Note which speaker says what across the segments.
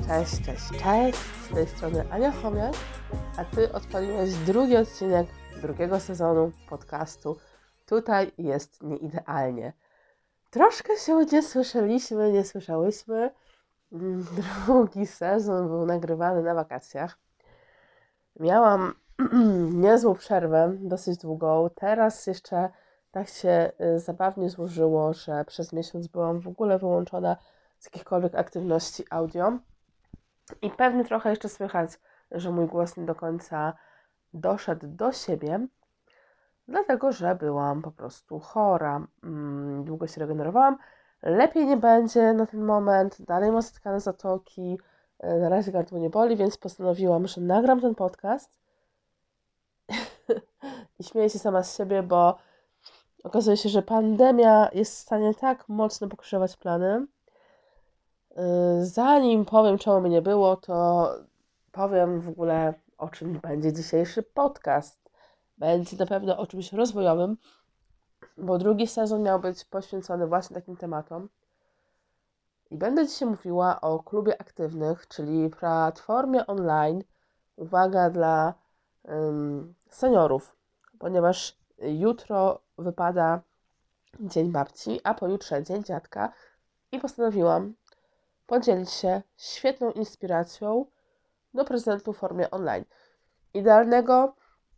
Speaker 1: Cześć, cześć, cześć, z tej strony Ania Chomiak, a Ty odpaliłeś drugi odcinek drugiego sezonu podcastu Tutaj jest nieidealnie. Troszkę się nie słyszałyśmy. Drugi sezon był nagrywany na wakacjach. Miałam niezłą przerwę, dosyć długą. Teraz jeszcze tak się zabawnie złożyło, że przez miesiąc byłam w ogóle wyłączona z jakichkolwiek aktywności audio. I pewnie trochę jeszcze słychać, że mój głos nie do końca doszedł do siebie, dlatego że byłam po prostu chora. Długo się regenerowałam. Lepiej nie będzie na ten moment. Dalej mam zatkane zatoki. Na razie gardło nie boli, więc postanowiłam, że nagram ten podcast. I śmieję się sama z siebie, bo okazuje się, że pandemia jest w stanie tak mocno pokrzyżować plany. Zanim powiem, czemu mnie nie było, to powiem w ogóle, o czym będzie dzisiejszy podcast. Będzie na pewno o czymś rozwojowym, bo drugi sezon miał być poświęcony właśnie takim tematom. I będę dzisiaj mówiła o klubie aktywnych, czyli platformie online, uwaga, dla seniorów, ponieważ jutro wypada Dzień Babci, a pojutrze Dzień Dziadka i postanowiłam podzielić się świetną inspiracją do prezentu w formie online. Idealnego,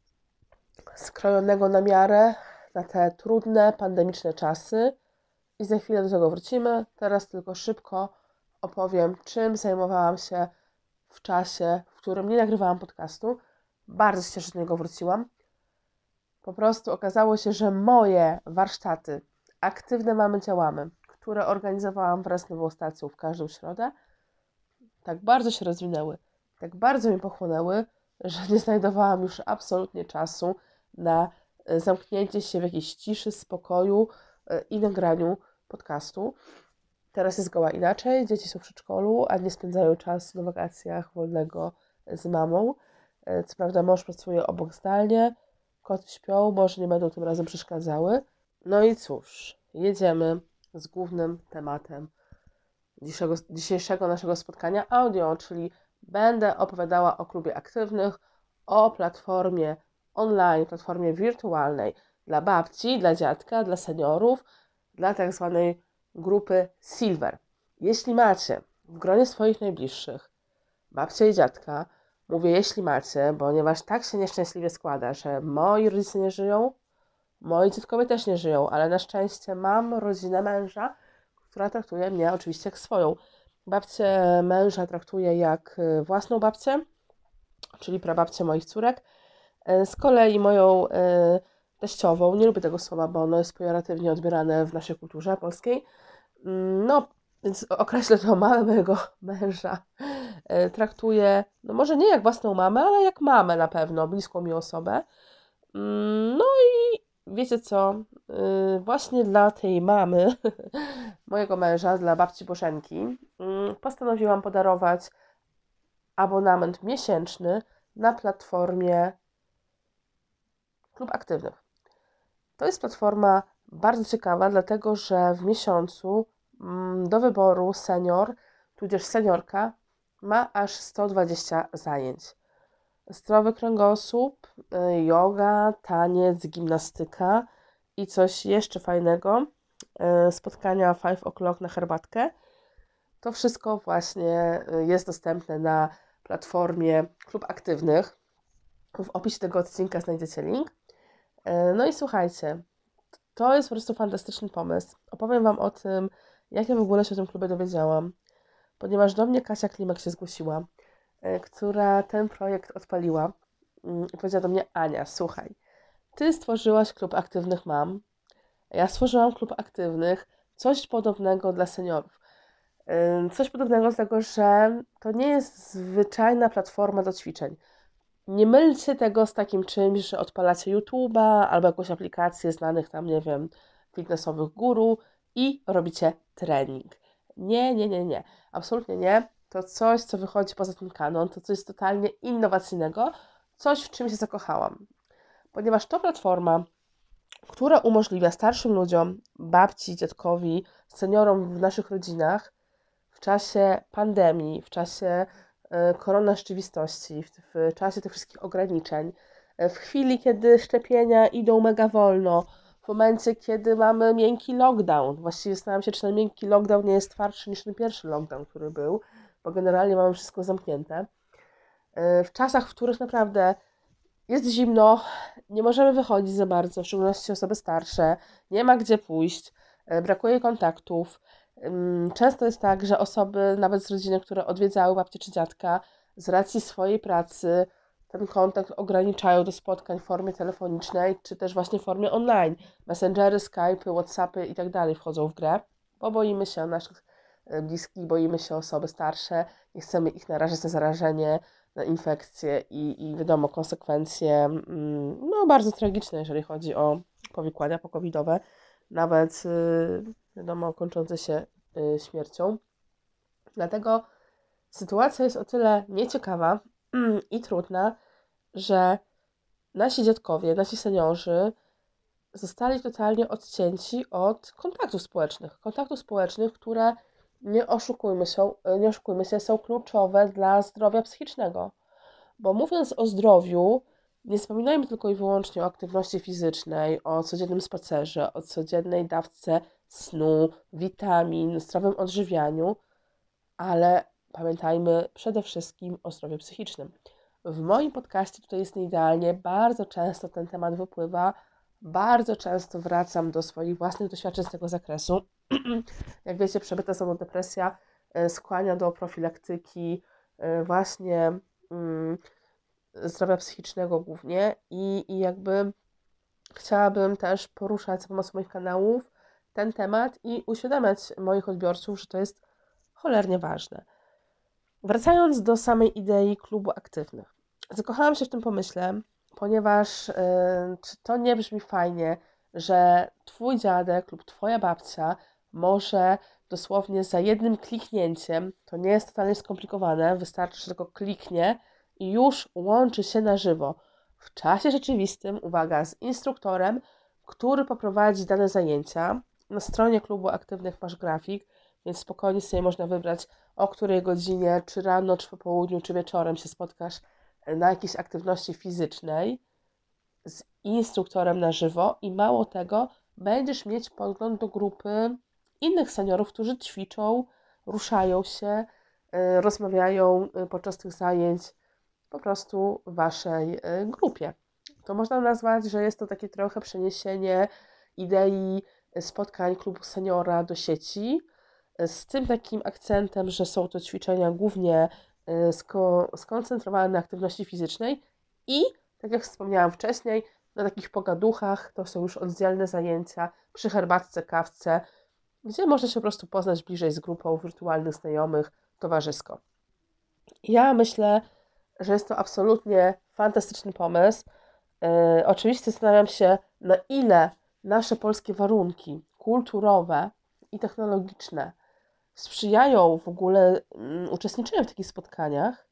Speaker 1: skrojonego na miarę na te trudne, pandemiczne czasy i za chwilę do tego wrócimy. Teraz tylko szybko opowiem, czym zajmowałam się w czasie, w którym nie nagrywałam podcastu. Bardzo się cieszę, że do niego wróciłam. Po prostu okazało się, że moje warsztaty Aktywne Mamy Działamy, które organizowałam wraz z Nową Stacją w każdą środę, tak bardzo się rozwinęły, tak bardzo mi pochłonęły, że nie znajdowałam już absolutnie czasu na zamknięcie się w jakiejś ciszy, spokoju i nagraniu podcastu. Teraz jest zgoła inaczej, dzieci są w przedszkolu, a nie spędzają czasu na wakacjach wolnego z mamą. Co prawda mąż pracuje obok zdalnie, koty śpią, może nie będą tym razem przeszkadzały. No i cóż, jedziemy z głównym tematem dzisiejszego naszego spotkania audio, czyli będę opowiadała o klubie aktywnych, o platformie online, platformie wirtualnej dla babci, dla dziadka, dla seniorów, dla tak zwanej grupy Silver. Jeśli macie w gronie swoich najbliższych babcia i dziadka, mówię jeśli macie, ponieważ tak się nieszczęśliwie składa, że moi rodzice nie żyją, moi dziadkowie też nie żyją, ale na szczęście mam rodzinę męża, która traktuje mnie oczywiście jak swoją. Babcię męża traktuję jak własną babcię, czyli prababcię moich córek. Z kolei moją teściową, nie lubię tego słowa, bo ono jest pejoratywnie odbierane w naszej kulturze polskiej, no więc określę to mamę mojego męża. Traktuję, no może nie jak własną mamę, ale jak mamę na pewno, bliską mi osobę. No i wiecie co, właśnie dla tej mamy, mojego męża, dla babci Bożenki, postanowiłam podarować abonament miesięczny na platformie Klub Aktywnych. To jest platforma bardzo ciekawa, dlatego że w miesiącu do wyboru senior, tudzież seniorka, ma aż 120 zajęć. Zdrowy kręgosłup, joga, taniec, gimnastyka i coś jeszcze fajnego, spotkania 5 o'clock na herbatkę. To wszystko właśnie jest dostępne na platformie Klub Aktywnych. W opisie tego odcinka znajdziecie link. No i słuchajcie, to jest po prostu fantastyczny pomysł. Opowiem Wam o tym, jak ja w ogóle się o tym klubie dowiedziałam, ponieważ do mnie Kasia Klimek się zgłosiła, która ten projekt odpaliła i powiedziała do mnie: Ania, słuchaj, Ty stworzyłaś klub aktywnych mam, ja stworzyłam klub aktywnych, coś podobnego dla seniorów. Coś podobnego dlatego, że to nie jest zwyczajna platforma do ćwiczeń. Nie mylcie tego z takim czymś, że odpalacie YouTube'a albo jakąś aplikację znanych tam, nie wiem, fitnessowych guru i robicie trening. Nie. Absolutnie nie. To coś, co wychodzi poza ten kanon, to coś totalnie innowacyjnego, coś, w czym się zakochałam. Ponieważ to platforma, która umożliwia starszym ludziom, babci, dziadkowi, seniorom w naszych rodzinach w czasie pandemii, w czasie korona rzeczywistości, w czasie tych wszystkich ograniczeń, w chwili, kiedy szczepienia idą mega wolno, w momencie, kiedy mamy miękki lockdown. Właściwie zastanawiam się, czy ten miękki lockdown nie jest twardszy niż ten pierwszy lockdown, który był, bo generalnie mamy wszystko zamknięte. W czasach, w których naprawdę jest zimno, nie możemy wychodzić za bardzo, w szczególności osoby starsze, nie ma gdzie pójść, brakuje kontaktów. Często jest tak, że osoby, nawet z rodziny, które odwiedzały babcię czy dziadka, z racji swojej pracy ten kontakt ograniczają do spotkań w formie telefonicznej, czy też właśnie w formie online. Messengery, Skype'y, WhatsAppy i tak dalej wchodzą w grę, bo boimy się o naszych bliskich, boimy się o osoby starsze, nie chcemy ich narażać na zarażenie, na infekcje i wiadomo, konsekwencje no, bardzo tragiczne, jeżeli chodzi o powikłania pokowidowe, nawet wiadomo, kończące się śmiercią. Dlatego sytuacja jest o tyle nieciekawa i trudna, że nasi dziadkowie, nasi seniorzy zostali totalnie odcięci od kontaktów społecznych, które nie oszukujmy się, są kluczowe dla zdrowia psychicznego. Bo mówiąc o zdrowiu, nie wspominajmy tylko i wyłącznie o aktywności fizycznej, o codziennym spacerze, o codziennej dawce snu, witamin, zdrowym odżywianiu, ale pamiętajmy przede wszystkim o zdrowiu psychicznym. W moim podcaście Tutaj jest nieidealnie bardzo często ten temat wypływa, bardzo często wracam do swoich własnych doświadczeń z tego zakresu. Jak wiecie, przebyta samodepresja skłania do profilaktyki właśnie zdrowia psychicznego głównie i jakby chciałabym też poruszać za pomocą moich kanałów ten temat i uświadamiać moich odbiorców, że to jest cholernie ważne. Wracając do samej idei klubu aktywnych. Zakochałam się w tym pomyśle, ponieważ czy to nie brzmi fajnie, że twój dziadek lub twoja babcia może dosłownie za jednym kliknięciem, to nie jest totalnie skomplikowane, wystarczy, że tylko kliknie i już łączy się na żywo w czasie rzeczywistym, uwaga, z instruktorem, który poprowadzi dane zajęcia. Na stronie klubu aktywnych masz grafik, więc spokojnie sobie można wybrać, o której godzinie, czy rano, czy po południu, czy wieczorem się spotkasz na jakiejś aktywności fizycznej z instruktorem na żywo i mało tego, będziesz mieć podgląd do grupy innych seniorów, którzy ćwiczą, ruszają się, rozmawiają podczas tych zajęć po prostu w waszej grupie. To można nazwać, że jest to takie trochę przeniesienie idei spotkań klubu seniora do sieci, z tym takim akcentem, że są to ćwiczenia głównie skoncentrowane na aktywności fizycznej i, tak jak wspomniałam wcześniej, na takich pogaduchach, to są już oddzielne zajęcia przy herbatce, kawce, gdzie można się po prostu poznać bliżej z grupą wirtualnych znajomych towarzysko. Ja myślę, że jest to absolutnie fantastyczny pomysł. Oczywiście zastanawiam się, na ile nasze polskie warunki kulturowe i technologiczne sprzyjają w ogóle uczestniczeniu w takich spotkaniach,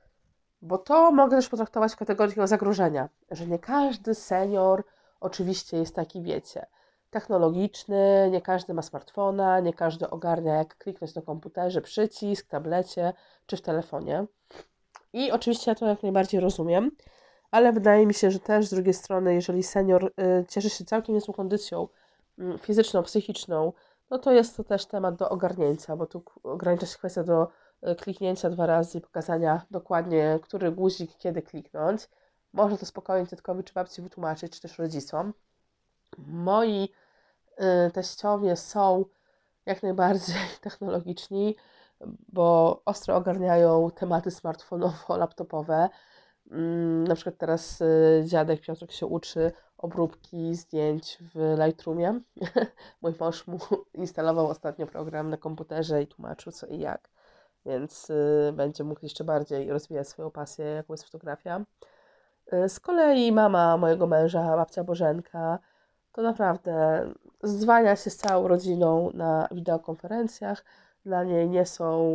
Speaker 1: bo to mogę też potraktować w kategorii takiego zagrożenia, że nie każdy senior oczywiście jest taki, wiecie, technologiczny, nie każdy ma smartfona, nie każdy ogarnia, jak kliknąć na komputerze, przycisk, tablecie czy w telefonie. I oczywiście ja to jak najbardziej rozumiem, ale wydaje mi się, że też z drugiej strony, jeżeli senior cieszy się całkiem niezłą kondycją fizyczną, psychiczną, no to jest to też temat do ogarnięcia, bo tu ogranicza się kwestia do kliknięcia 2 razy i pokazania dokładnie, który guzik kiedy kliknąć. Można to spokojnie dziadkowi czy babci wytłumaczyć, czy też rodzicom. Moi teściowie są jak najbardziej technologiczni, bo ostro ogarniają tematy smartfonowo-laptopowe. Na przykład teraz dziadek Piotrek się uczy obróbki zdjęć w Lightroomie. Mój mąż mu instalował ostatnio program na komputerze i tłumaczył co i jak, więc będzie mógł jeszcze bardziej rozwijać swoją pasję, jaką jest fotografia. Z kolei mama mojego męża, babcia Bożenka, to naprawdę zdwania się z całą rodziną na wideokonferencjach. Dla niej nie są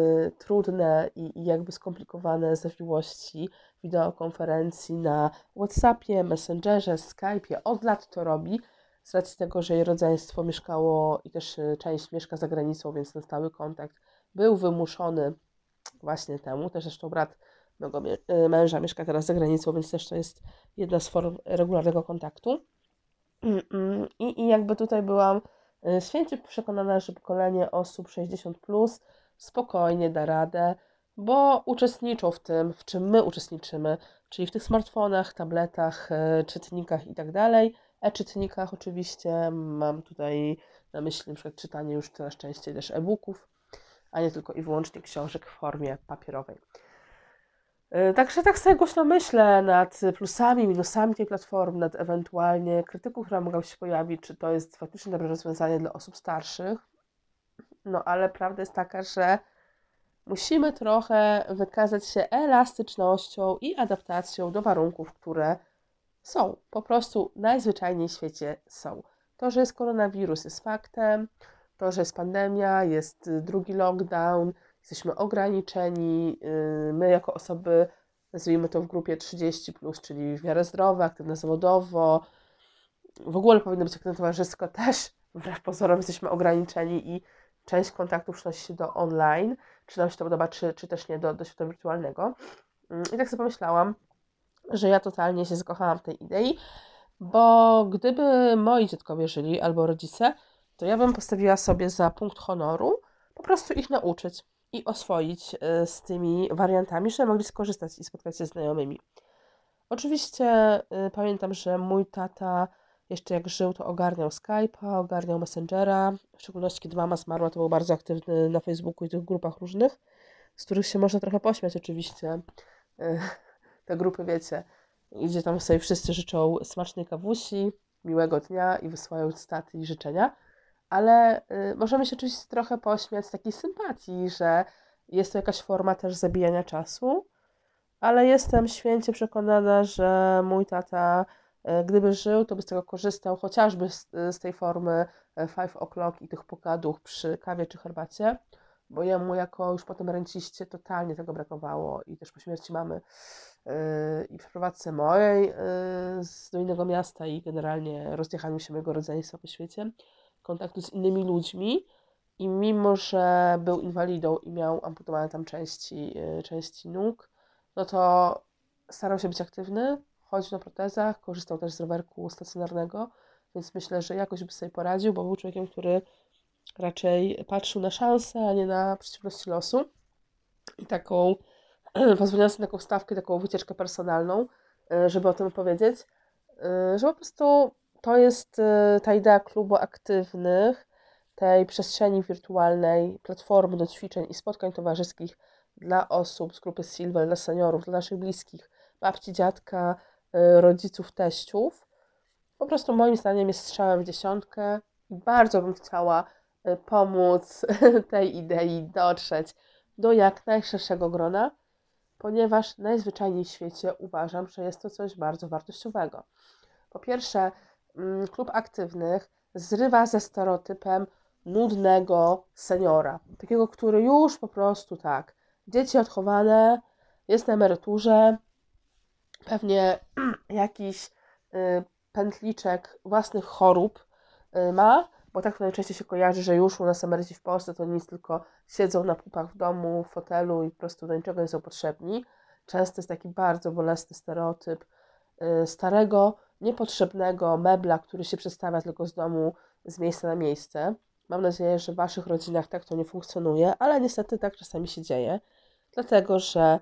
Speaker 1: trudne i jakby skomplikowane zawiłości wideokonferencji na WhatsAppie, Messengerze, Skype'ie. Od lat to robi, z racji tego, że jej rodzeństwo mieszkało i też część mieszka za granicą, więc ten stały kontakt był wymuszony właśnie temu. Też zresztą brat mego męża mieszka teraz za granicą, więc też to jest jedna z form regularnego kontaktu. I jakby tutaj byłam święcie przekonana, że pokolenie osób 60 plus spokojnie da radę, bo uczestniczą w tym, w czym my uczestniczymy, czyli w tych smartfonach, tabletach, czytnikach i tak dalej. E-czytnikach oczywiście, mam tutaj na myśli na przykład czytanie już coraz częściej też e-booków, a nie tylko i wyłącznie książek w formie papierowej. Także tak sobie głośno myślę nad plusami, minusami tej platformy, nad ewentualnie krytyką, która mogła się pojawić, czy to jest faktycznie dobre rozwiązanie dla osób starszych. No ale prawda jest taka, że musimy trochę wykazać się elastycznością i adaptacją do warunków, które są. Po prostu najzwyczajniej w świecie są. To, że jest koronawirus, jest faktem. To, że jest pandemia, jest drugi lockdown, jesteśmy ograniczeni. My jako osoby, nazwijmy to w grupie 30+, czyli w miarę zdrowe, aktywne zawodowo, w ogóle powinno być aktywne towarzysko, też wbrew pozorom jesteśmy ograniczeni i część kontaktów przenosi się do online, czy nam się to podoba, czy też nie, do świata wirtualnego. I tak sobie pomyślałam, że ja totalnie się zakochałam w tej idei, bo gdyby moi dziadkowie żyli, albo rodzice, to ja bym postawiła sobie za punkt honoru po prostu ich nauczyć i oswoić z tymi wariantami, żeby mogli skorzystać i spotkać się z znajomymi. Oczywiście pamiętam, że mój tata jeszcze jak żył, to ogarniał Skype'a, ogarniał Messengera, w szczególności kiedy mama zmarła, to był bardzo aktywny na Facebooku i tych grupach różnych, z których się można trochę pośmiać oczywiście. Te grupy, wiecie, gdzie tam sobie wszyscy życzą smacznej kawusi, miłego dnia i wysyłają staty i życzenia, ale możemy się oczywiście trochę pośmiać z takiej sympatii, że jest to jakaś forma też zabijania czasu, ale jestem święcie przekonana, że mój tata, gdyby żył, to by z tego korzystał, chociażby z tej formy 5 o'clock i tych pogadów przy kawie czy herbacie, bo jemu jako już potem renciście totalnie tego brakowało i też po śmierci mamy i przeprowadzce mojej do innego miasta i generalnie rozjechaniu się mojego rodzeństwa po świecie, kontaktu z innymi ludźmi i mimo, że był inwalidą i miał amputowane tam części nóg, no to starał się być aktywny, chodził na protezach, korzystał też z rowerku stacjonarnego, więc myślę, że jakoś by sobie poradził, bo był człowiekiem, który raczej patrzył na szanse, a nie na przeciwności losu. I taką, pozwoliłam sobie na taką stawkę, taką wycieczkę personalną, żeby o tym powiedzieć, że po prostu to jest ta idea klubu aktywnych, tej przestrzeni wirtualnej, platformy do ćwiczeń i spotkań towarzyskich dla osób z grupy Silver, dla seniorów, dla naszych bliskich, babci, dziadka, rodziców, teściów. Po prostu moim zdaniem jest strzałem w dziesiątkę i bardzo bym chciała pomóc tej idei dotrzeć do jak najszerszego grona, ponieważ najzwyczajniej w świecie uważam, że jest to coś bardzo wartościowego. Po pierwsze, klub aktywnych zrywa ze stereotypem nudnego seniora. Takiego, który już po prostu tak, dzieci odchowane, jest na emeryturze, pewnie jakiś pętliczek własnych chorób ma, bo tak to najczęściej się kojarzy, że już u nas emeryci w Polsce to nic, tylko siedzą na pupach w domu, w fotelu i po prostu do niczego nie są potrzebni. Często jest taki bardzo bolesny stereotyp starego, niepotrzebnego mebla, który się przestawia tylko z domu, z miejsca na miejsce. Mam nadzieję, że w Waszych rodzinach tak to nie funkcjonuje, ale niestety tak czasami się dzieje, dlatego że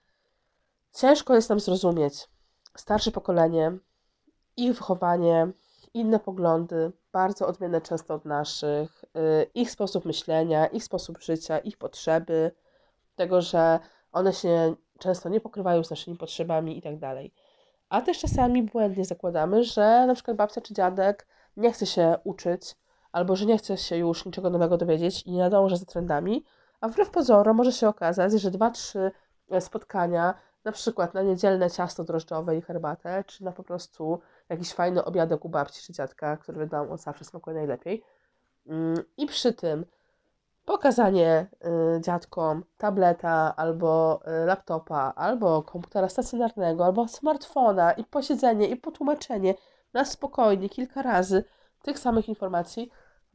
Speaker 1: ciężko jest nam zrozumieć starsze pokolenie, ich wychowanie, inne poglądy, bardzo odmienne często od naszych, ich sposób myślenia, ich sposób życia, ich potrzeby, tego, że one się często nie pokrywają z naszymi potrzebami i tak dalej. A też czasami błędnie zakładamy, że na przykład babcia czy dziadek nie chce się uczyć, albo że nie chce się już niczego nowego dowiedzieć i nie nadąża za trendami, a wbrew pozorom może się okazać, że 2-3 spotkania, na przykład na niedzielne ciasto drożdżowe i herbatę, czy na po prostu jakiś fajny obiadek u babci czy dziadka, który wiadomo, on zawsze smakuje najlepiej. I przy tym pokazanie dziadkom tableta, albo laptopa, albo komputera stacjonarnego, albo smartfona i posiedzenie i potłumaczenie na spokojnie kilka razy tych samych informacji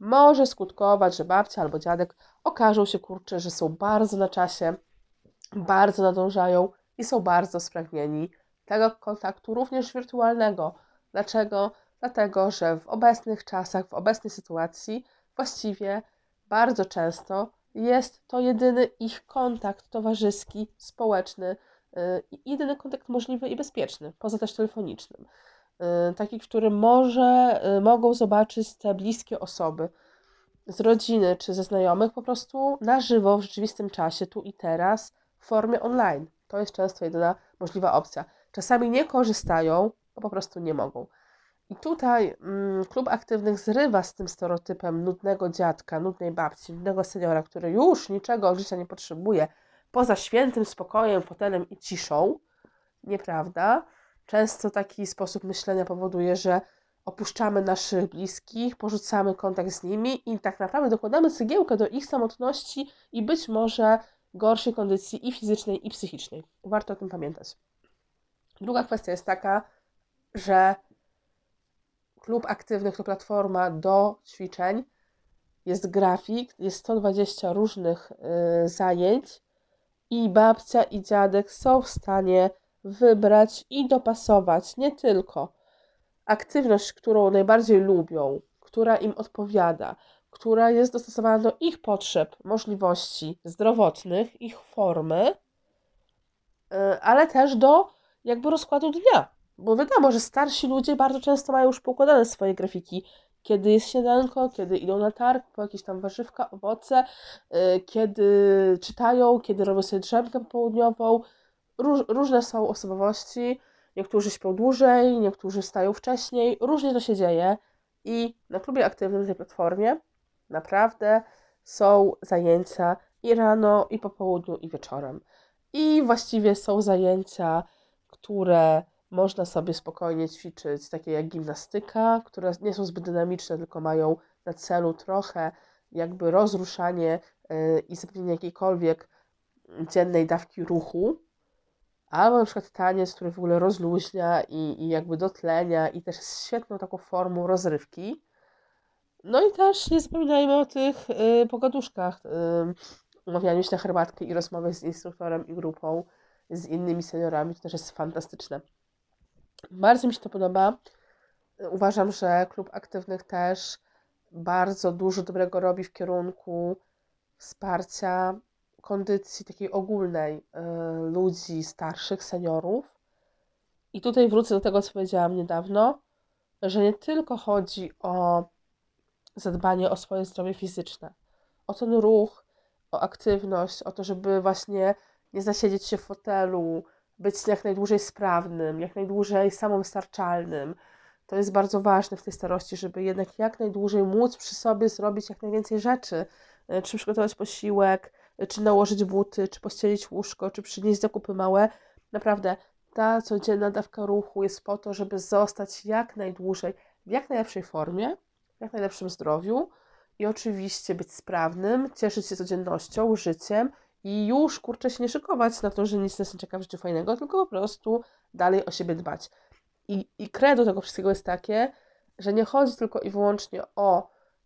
Speaker 1: może skutkować, że babcia albo dziadek okażą się, kurczę, że są bardzo na czasie, bardzo nadążają i są bardzo spragnieni tego kontaktu, również wirtualnego. Dlaczego? Dlatego, że w obecnych czasach, w obecnej sytuacji właściwie bardzo często jest to jedyny ich kontakt towarzyski, społeczny, jedyny kontakt możliwy i bezpieczny, poza też telefonicznym. Taki, w którym mogą zobaczyć te bliskie osoby z rodziny czy ze znajomych po prostu na żywo, w rzeczywistym czasie, tu i teraz, w formie online. To jest często jedyna możliwa opcja. Czasami nie korzystają, bo po prostu nie mogą. I tutaj klub aktywnych zrywa z tym stereotypem nudnego dziadka, nudnej babci, nudnego seniora, który już niczego od życia nie potrzebuje, poza świętym spokojem, fotelem i ciszą. Nieprawda. Często taki sposób myślenia powoduje, że opuszczamy naszych bliskich, porzucamy kontakt z nimi i tak naprawdę dokładamy cegiełkę do ich samotności i być może gorszej kondycji i fizycznej, i psychicznej. Warto o tym pamiętać. Druga kwestia jest taka, że klub aktywny, to platforma do ćwiczeń, jest grafik, jest 120 różnych zajęć i babcia i dziadek są w stanie wybrać i dopasować nie tylko aktywność, którą najbardziej lubią, która im odpowiada, która jest dostosowana do ich potrzeb, możliwości zdrowotnych, ich formy, ale też do jakby rozkładu dnia. Bo wiadomo, że starsi ludzie bardzo często mają już poukładane swoje grafiki, kiedy jest śniadanko, kiedy idą na targ po jakieś tam warzywka, owoce, kiedy czytają, kiedy robią sobie drzemkę popołudniową. Różne są osobowości, niektórzy śpią dłużej, niektórzy wstają wcześniej, różnie to się dzieje i na klubie aktywnym, na tej platformie naprawdę są zajęcia i rano, i po południu, i wieczorem. I właściwie są zajęcia, które można sobie spokojnie ćwiczyć, takie jak gimnastyka, które nie są zbyt dynamiczne, tylko mają na celu trochę jakby rozruszanie i zapewnienie jakiejkolwiek dziennej dawki ruchu, albo na przykład taniec, który w ogóle rozluźnia i jakby dotlenia i też jest świetną taką formą rozrywki. No i też nie zapominajmy o tych pogaduszkach, umawianiu się na herbatkę i rozmowy z instruktorem i grupą, z innymi seniorami, to też jest fantastyczne. Bardzo mi się to podoba. Uważam, że klub aktywnych też bardzo dużo dobrego robi w kierunku wsparcia kondycji takiej ogólnej ludzi starszych, seniorów. I tutaj wrócę do tego, co powiedziałam niedawno, że nie tylko chodzi o zadbanie o swoje zdrowie fizyczne, o ten ruch, o aktywność, o to, żeby właśnie nie zasiedzieć się w fotelu, być jak najdłużej sprawnym, jak najdłużej samowystarczalnym. To jest bardzo ważne w tej starości, żeby jednak jak najdłużej móc przy sobie zrobić jak najwięcej rzeczy, czy przygotować posiłek, czy nałożyć buty, czy pościelić łóżko, czy przynieść zakupy małe. Naprawdę, ta codzienna dawka ruchu jest po to, żeby zostać jak najdłużej w jak najlepszej formie, w jak najlepszym zdrowiu i oczywiście być sprawnym, cieszyć się codziennością, życiem i już, kurczę, się nie szykować na to, że nic nas nie czeka w życiu fajnego, tylko po prostu dalej o siebie dbać. I credo tego wszystkiego jest takie, że nie chodzi tylko i wyłącznie o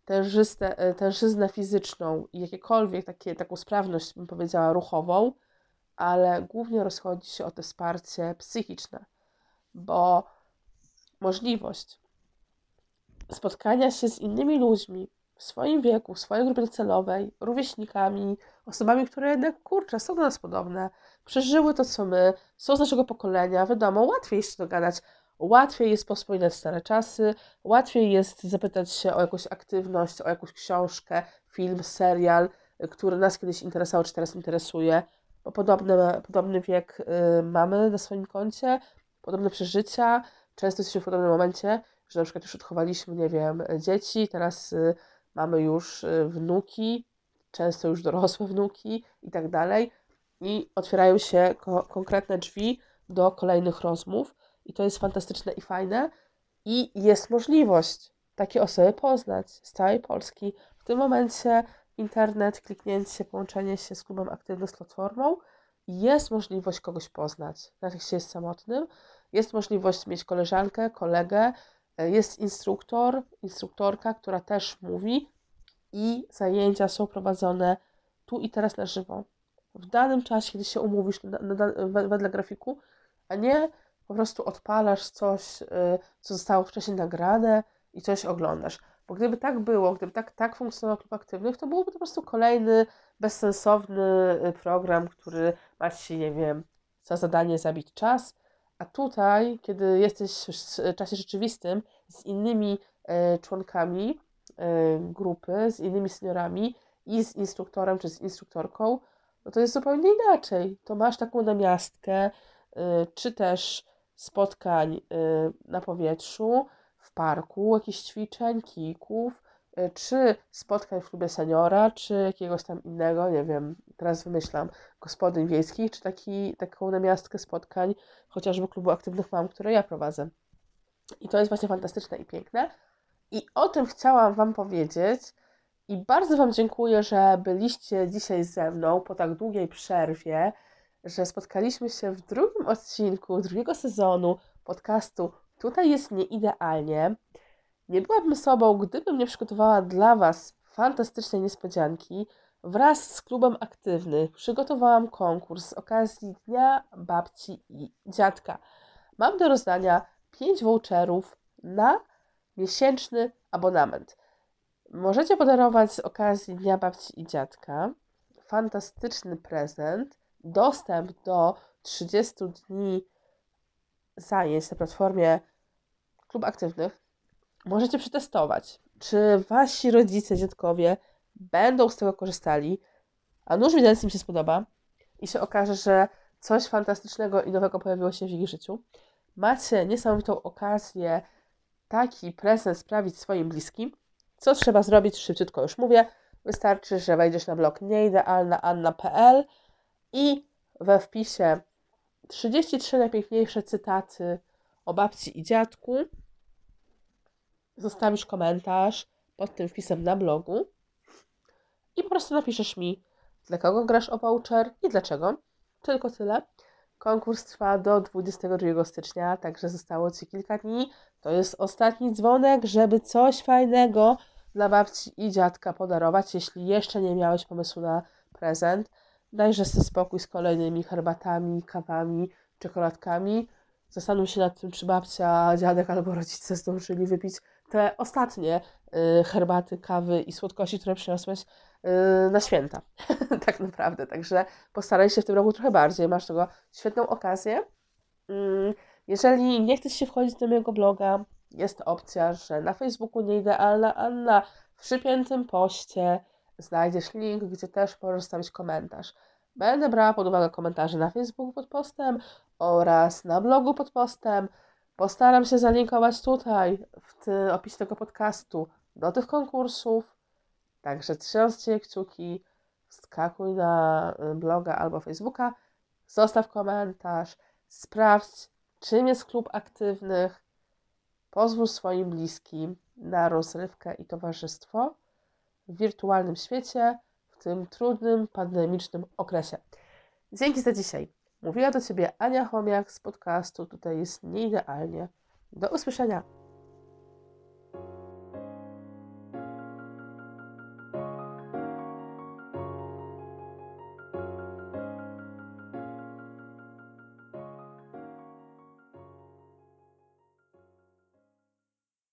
Speaker 1: tężyznę fizyczną i taką sprawność, bym powiedziała, ruchową, ale głównie rozchodzi się o to wsparcie psychiczne, bo możliwość spotkania się z innymi ludźmi w swoim wieku, w swojej grupie docelowej, rówieśnikami, osobami, które jednak, kurczę, są do nas podobne, przeżyły to, co my, są z naszego pokolenia, wiadomo, łatwiej się dogadać, łatwiej jest wspominać stare czasy, łatwiej jest zapytać się o jakąś aktywność, o jakąś książkę, film, serial, który nas kiedyś interesował, czy teraz interesuje, bo podobny wiek mamy na swoim koncie, podobne przeżycia, często jesteśmy w podobnym momencie, że na przykład już odchowaliśmy, nie wiem, dzieci, teraz mamy już wnuki, często już dorosłe wnuki i tak dalej i otwierają się konkretne drzwi do kolejnych rozmów i to jest fantastyczne i fajne i jest możliwość takie osoby poznać z całej Polski. W tym momencie internet, kliknięcie, połączenie się z klubem aktywnym, z platformą, jest możliwość kogoś poznać, nawet jak się jest samotnym, jest możliwość mieć koleżankę, kolegę, jest instruktorka, która też mówi i zajęcia są prowadzone tu i teraz na żywo. W danym czasie, kiedy się umówisz wedle grafiku, a nie po prostu odpalasz coś, co zostało wcześniej nagrane i coś oglądasz. Bo gdyby tak było, gdyby tak funkcjonował klub aktywnych, to byłby to po prostu kolejny bezsensowny program, który ma ci, nie wiem, za zadanie zabić czas. A tutaj, kiedy jesteś w czasie rzeczywistym z innymi członkami grupy, z innymi seniorami i z instruktorem czy z instruktorką, no to jest zupełnie inaczej. To masz taką namiastkę, czy też spotkań na powietrzu, w parku, jakichś ćwiczeń, kijków, czy spotkań w klubie seniora, czy jakiegoś tam innego, nie wiem, teraz wymyślam, gospodyń wiejskich, czy taką namiastkę spotkań chociażby klubu aktywnych mam, które ja prowadzę. I to jest właśnie fantastyczne i piękne. I o tym chciałam Wam powiedzieć i bardzo Wam dziękuję, że byliście dzisiaj ze mną po tak długiej przerwie, że spotkaliśmy się w drugim odcinku drugiego sezonu podcastu Tutaj jest nieidealnie. Nie byłabym sobą, gdybym nie przygotowała dla Was fantastycznej niespodzianki. Wraz z klubem aktywnych przygotowałam konkurs z okazji Dnia Babci i Dziadka. Mam do rozdania 5 voucherów na miesięczny abonament. Możecie podarować z okazji Dnia Babci i Dziadka fantastyczny prezent, dostęp do 30 dni zajęć na platformie Klub Aktywnych. Możecie przetestować, czy wasi rodzice, dziadkowie będą z tego korzystali, a nuż widelec im się spodoba i się okaże, że coś fantastycznego i nowego pojawiło się w ich życiu. Macie niesamowitą okazję taki prezent sprawić swoim bliskim. Co trzeba zrobić? Szybciutko już mówię. Wystarczy, że wejdziesz na blog nieidealnaanna.pl i we wpisie 33 najpiękniejsze cytaty o babci i dziadku zostawisz komentarz pod tym wpisem na blogu i po prostu napiszesz mi, dla kogo grasz o voucher i dlaczego. Tylko tyle. Konkurs trwa do 22 stycznia, także zostało Ci kilka dni. To jest ostatni dzwonek, żeby coś fajnego dla babci i dziadka podarować. Jeśli jeszcze nie miałeś pomysłu na prezent, dajże sobie spokój z kolejnymi herbatami, kawami, czekoladkami. Zastanów się nad tym, czy babcia, dziadek albo rodzice zdążyli wypić te ostatnie herbaty, kawy i słodkości, które przyniosłeś na święta. Tak naprawdę. Także postaraj się w tym roku trochę bardziej. Masz tego świetną okazję. Jeżeli nie chcesz się wchodzić do mojego bloga, jest opcja, że na Facebooku Nieidealna Anna w przypiętym poście znajdziesz link, gdzie też możesz zostawić komentarz. Będę brała pod uwagę komentarze na Facebooku pod postem oraz na blogu pod postem. Postaram się zalinkować tutaj, w opisie tego podcastu, do tych konkursów. Także trzymajcie kciuki, wskakuj na bloga albo Facebooka, zostaw komentarz, sprawdź, czym jest klub aktywnych, pozwól swoim bliskim na rozrywkę i towarzystwo w wirtualnym świecie, w tym trudnym, pandemicznym okresie. Dzięki za dzisiaj. Mówiła do Ciebie Ania Chomiak z podcastu Tutaj jest nieidealnie. Do usłyszenia.